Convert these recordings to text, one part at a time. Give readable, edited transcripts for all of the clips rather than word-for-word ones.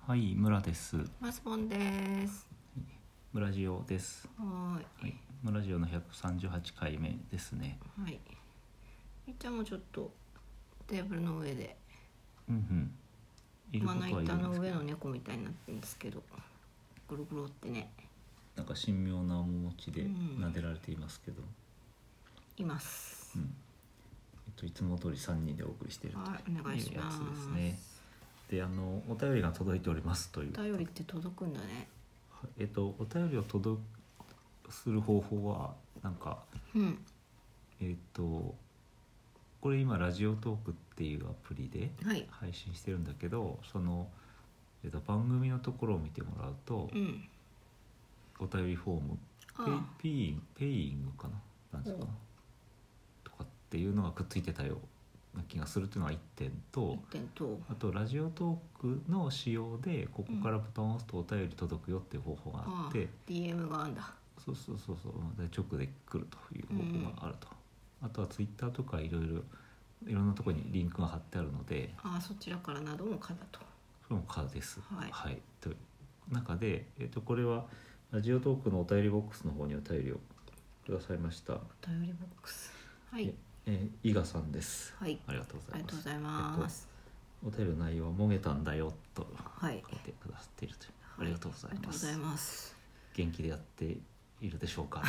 はい、村です。 マスボンです。 村ジオです。 ははい、村ジオの138回目ですね。 い。はい。みっちゃんもちょっとテーブルの上でいるまなことはいる板のんですけど、 上の猫みたいになってるんですけど、ゴロゴロってね、 なんか神妙な面持ちで撫でられていますけど、 います。 いつも通り3人でお送りしているはい、おというや願いします。 つですね。で、お便りが届いておりますという。 お便りって届くんだね。 お便りをする方法はなんかこれ今ラジオトークっていうアプリではい。 配信してるんだけど、その、番組のところを見てもらうと、お便りフォームペイングかな、なんですかなとかっていうのがくっついてたような気がするっていうのが1点と、あとラジオトークの仕様でここからボタンを押すとお便り届くよっていう方法があって、 DM があんだ。 そうで直で来るという方法があると、あとはツイッターとかいろんなところにリンクが貼ってあるので、 そちらからなども可だと。 それも可です。 はい。 という中で、これはラジオトークのお便りボックスの方にお便りをくださいました。 お便りボックス。はい。 伊賀さんです。 はい。 ありがとうございます。 ありがとうございます。 お便りの内容はもげたんだよとはい。 書いてくださっているという、ありがとうございありがとうます。 ございます。 元気でやっているでしょうか。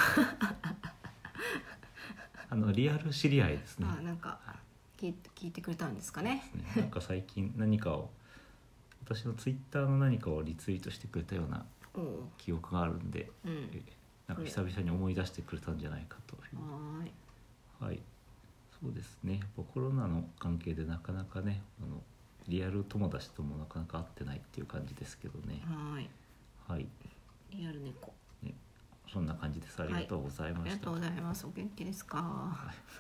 リアル知り合いですね。 なんか聞いてくれたんですかね。 なんか最近何かを私のツイッターの何かをリツイートしてくれたような記憶があるんで、なんか久々に思い出してくれたんじゃないかという。はい、そうですね。やっぱコロナの関係でなかなかね、リアル友達ともなかなか会ってないっていう感じですけどね。はい。 リアル猫。 ね、そんな感じです。ありがとうございました。 ありがとうございます。お元気ですか。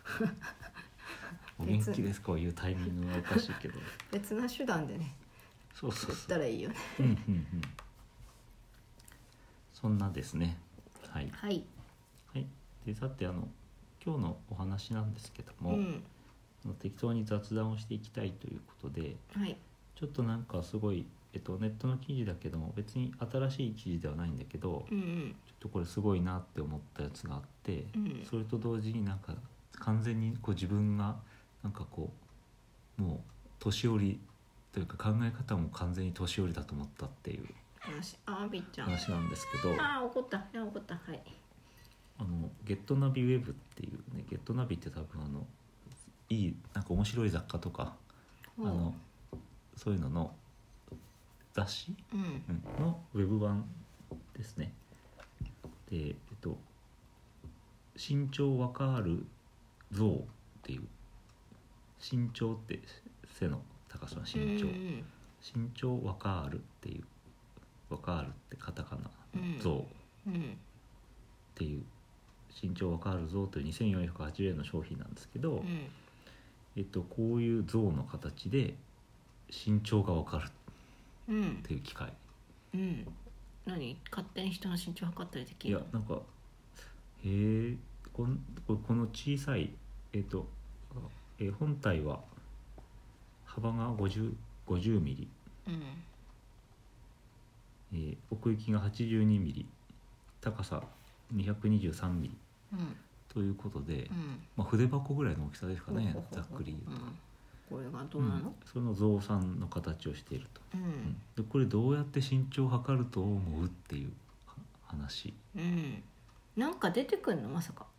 お元気ですかを言うタイミングがおかしいけど。 別な手段でね。 そう言ったらいいよね。 そんなですね。はい。 はい。 で、さて今日のお話なんですけども、適当に雑談をしていきたいということで、ちょっとなんかすごい、ネットの記事だけども別に新しい記事ではないんだけど、ちょっとこれすごいなって思ったやつがあって、それと同時になんか完全にこう自分がなんかこうもう年寄りというか考え方も完全に年寄りだと思ったっていう話なんですけど、 怒った。はい。 ゲットナビウェブっていうね、ゲットナビって多分いいなんか面白い雑貨とかそういうのの雑誌、のウェブ版ですね。で、身長わかる像っていう、身長って背の高さの身長わかるっていう、わかるってカタカナ、像っていう、身長わかる像という2480円の商品なんですけど、こういう像の形で身長がわかるっていう機械。 何？勝手に人の身長測ったりできる？ いや、なんかこの小さい本体は幅が50ミリ、奥行きが82ミリ、高さ223ミリ、ということで、筆箱ぐらいの大きさですかね、ざっくり言うと。 これがどうなの？ その象さんの形をしていると。でこれどうやって身長を測ると思うっていう話。 なんか出てくるのまさか。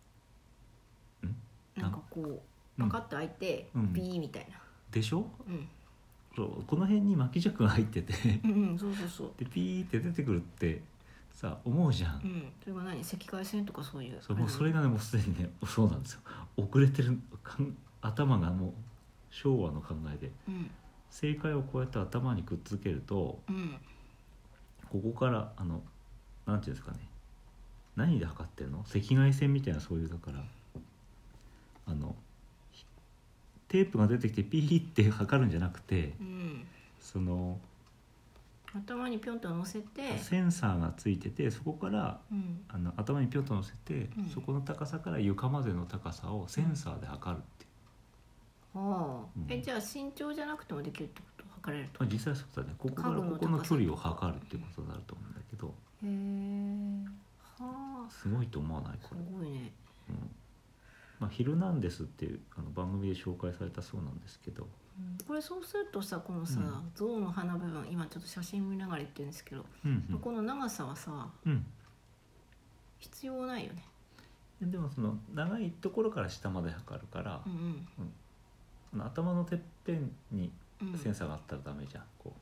なんかこうパカッと開いて、ビーみたいな。 でしょ？そうこの辺に巻き尺が入っててそうでピーって出てくるってさ思うじゃん。 それが何？赤外線とかそういう。 もうそれがねもうすでにねそうなんですよ。遅れてる頭がもう昭和の考えで、正解をこうやって頭にくっつけると、ここからなんていうんですかね、何で測ってんの？赤外線みたいな、そういうだからテープが出てきてピーって測るんじゃなくて、その頭にピョンと乗せてセンサーがついてて、そこから、頭にピョンと乗せて、そこの高さから床までの高さをセンサーで測るっていう。 じゃあ身長じゃなくてもできるってこと？ 測れると。 実際そうだね。ここからここの距離を測るっていうことになると思うんだけど。 へえ。はあ。 すごいと思わないこれ。 すごいね。 ヒルナンデスっていう番組で紹介されたそうなんですけど、 これそうするとさ、このさ、象の鼻部分、今ちょっと写真見ながら言ってるんですけど、この長さはさ、必要ないよね。 でもその長いところから下まで測るから、頭のてっぺんにセンサーがあったらダメじゃん。こう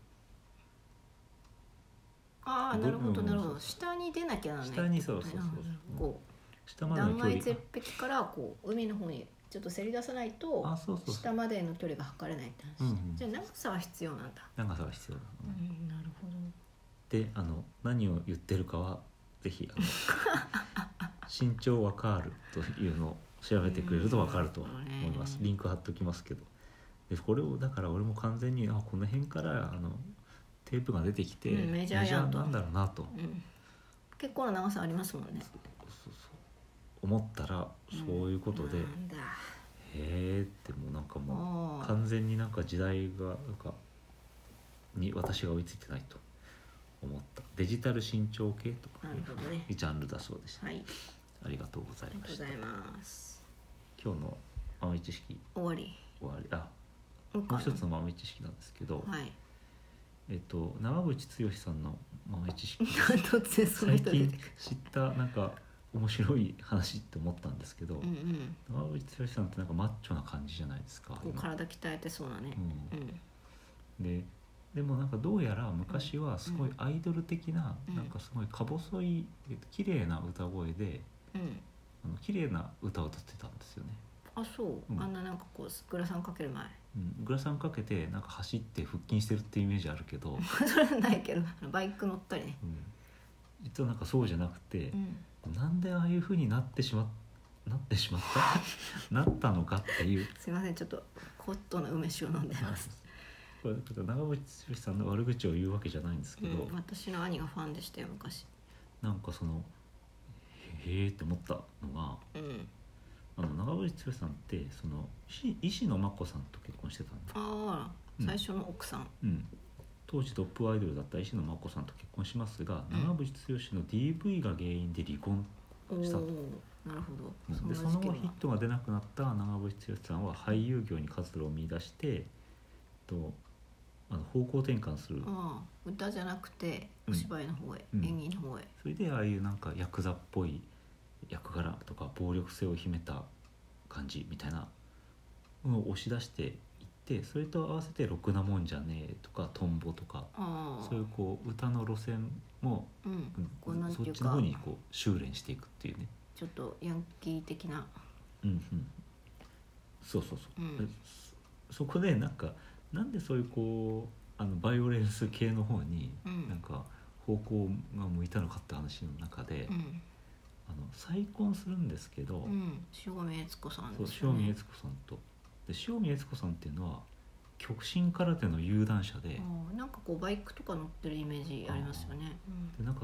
ああ、なるほどなるほど。下に出なきゃならない。 下にそうこう下までの距離、 断崖絶壁からこう海の方にちょっとせり出さないと下までの距離が測れないって話。じゃあ長さは必要なんだ。 長さは必要だ。 なるほど。 で何を言ってるかはぜひ身長わかるというのを調べてくれるとわかると思います。リンク貼っておきますけど、でこれをだから俺も完全にこの辺からテープが出てきて、 メジャーなんだろうなと、 結構な長さありますもんね。 思ったらそういうことで、へえってもうなんかもう完全になんか時代がに私が追いついてないと思った。デジタル身長計とかいうジャンルだそうです。ありがとうございました。今日の豆知識終わり。 もう一つの豆知識なんですけど、長渕剛さんの豆知識最近知ったなんか面白い話って思ったんですけど、長渕剛さんってなんかマッチョな感じじゃないですか。 体鍛えてそうだね。でもなんかどうやら昔はすごいアイドル的な、なんかすごいか細い綺麗な歌声で、綺麗な歌を歌ってたんですよね。 あ、そう。あんななんかこうグラサンかける前。 グラサンかけてなんか走って腹筋してるっていうイメージあるけどそれはないけど、バイク乗ったりね。 実はなんかそうじゃなくて、なんでああいう風になってしまったなったのかっていう。 すいません、ちょっとホットな梅酒を飲んでます。 これ長渕剛さんの悪口を言うわけじゃないんですけど、 私の兄がファンでしたよ昔。 なんかへえって思ったのが、長渕剛さんって石野真子さんと結婚してたんだ。 ああ、最初の奥さん。 当時トップアイドルだった石野真子さんと結婚しますが、長渕剛の DV が原因で離婚したと。 なるほど。でその後ヒットが出なくなった長渕剛さんは俳優業に活路を見出して、方向転換する。 歌じゃなくてお芝居の方へ、演技の方へ。 それでああいうなんかヤクザっぽい役柄とか暴力性を秘めた感じみたいなのを押し出していって、それと合わせてろくなもんじゃねえとかトンボとか、そういう歌の路線も、そっちの方に修練していくっていうね。 ちょっとヤンキー的な。 そう、そこでなんでそういうバイオレンス系の方になんか方向が向いたのかって話の中で、再婚するんですけど、 塩見悦子さんですよね。塩見悦子さんと塩見悦子さんっていうのは極真空手の有段者で、 なんかバイクとか乗ってるイメージありますよね。 でなんか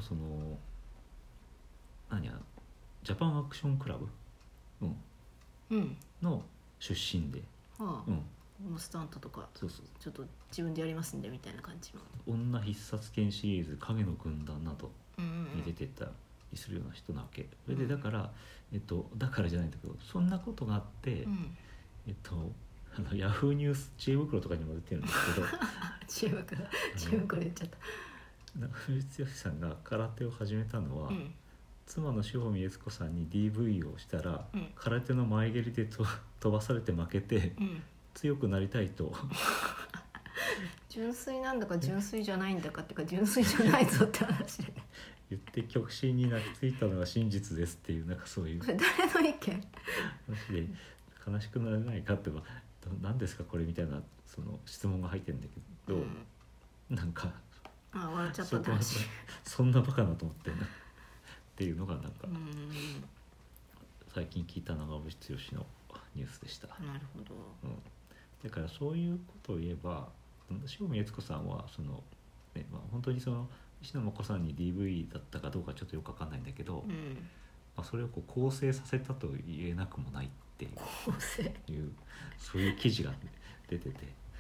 ジャパンアクションクラブ、の出身で、 スタントとかちょっと自分でやりますんでみたいな感じの。 女必殺剣シリーズ影の軍団などに出てたりするような人なわけ。それでだからだからじゃないんだけど、そんなことがあって、ヤフーニュース知恵袋とかにも出てるんですけど知恵袋言っちゃった。 長渕剛さんが空手を始めたのは、妻の塩見悦子さんに DV をしたら、空手の前蹴りで飛ばされて負けて、強くなりたいと純粋なんだか純粋じゃないんだかっていうか、純粋じゃないぞって話で言って極真に泣きついたのが真実ですっていう、なんかそういう誰の意見話で、悲しくなれないかって何ですかこれみたいな質問が入ってるんだけど、なんか笑っちゃったって話そんなバカなと思ってっていうのがなんか最近聞いた長渕剛のニュースでした。 なるほど。 だからそういうことを言えば、塩見悦子さんは本当に石野真子さんに DV だったかどうかちょっとよく分かんないんだけど、それを構成させたと言えなくもないっていうそういう記事が出てて、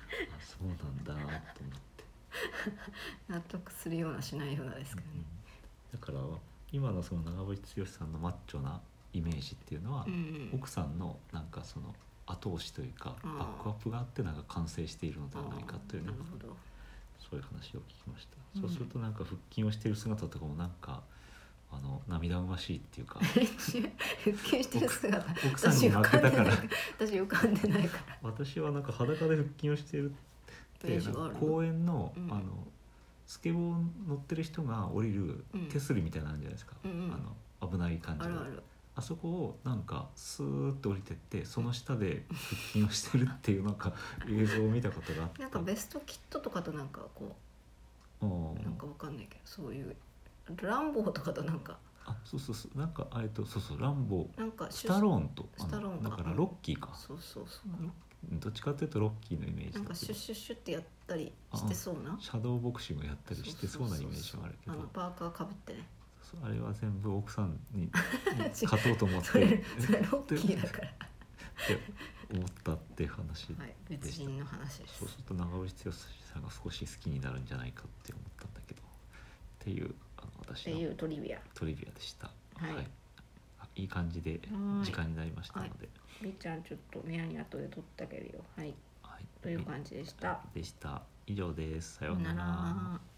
そうなんだと思って納得するようなしないようなですけどね、 だから今のその長渕剛さんのマッチョなイメージっていうのは、奥さんのなんかその後押しというかバックアップがあってなんか完成しているのではないかというね、そういう話を聞きました、そうするとなんか腹筋をしている姿とかもなんか涙ぐましいっていうか腹筋してる姿奥さんに負けたから私浮かんでないから私はなんか裸で腹筋をしているって公園の、スケボー乗ってる人が降りる手すりみたいなのあるじゃないですか、危ない感じが あそこをなんかスーッと降りてってその下で腹筋をしてるっていうなんか映像を見たことがあってなんかベストキットとかとなんかこうなんかわかんないけどそういうランボーとかとなんかそうなんかそうランボーなんかスタローンとスタローンだからロッキーか、 そうどっちかというとロッキーのイメージなんかシュッシュッシュッってやったりしてそうなシャドーボクシングやったりしてそうなイメージがあるけどパーカーかぶってねあれは全部奥さんに勝とうと思ってそれロッキーだからって思ったっていう話でした、 別人の話です。 そうすると長渕剛さんが少し好きになるんじゃないかって思ったんだけどっていう私のトリビアでした。いい感じで時間になりましたので、 みーちゃんちょっと目やに後で撮ってあげるよ。という感じでした。 以上です。さようなら。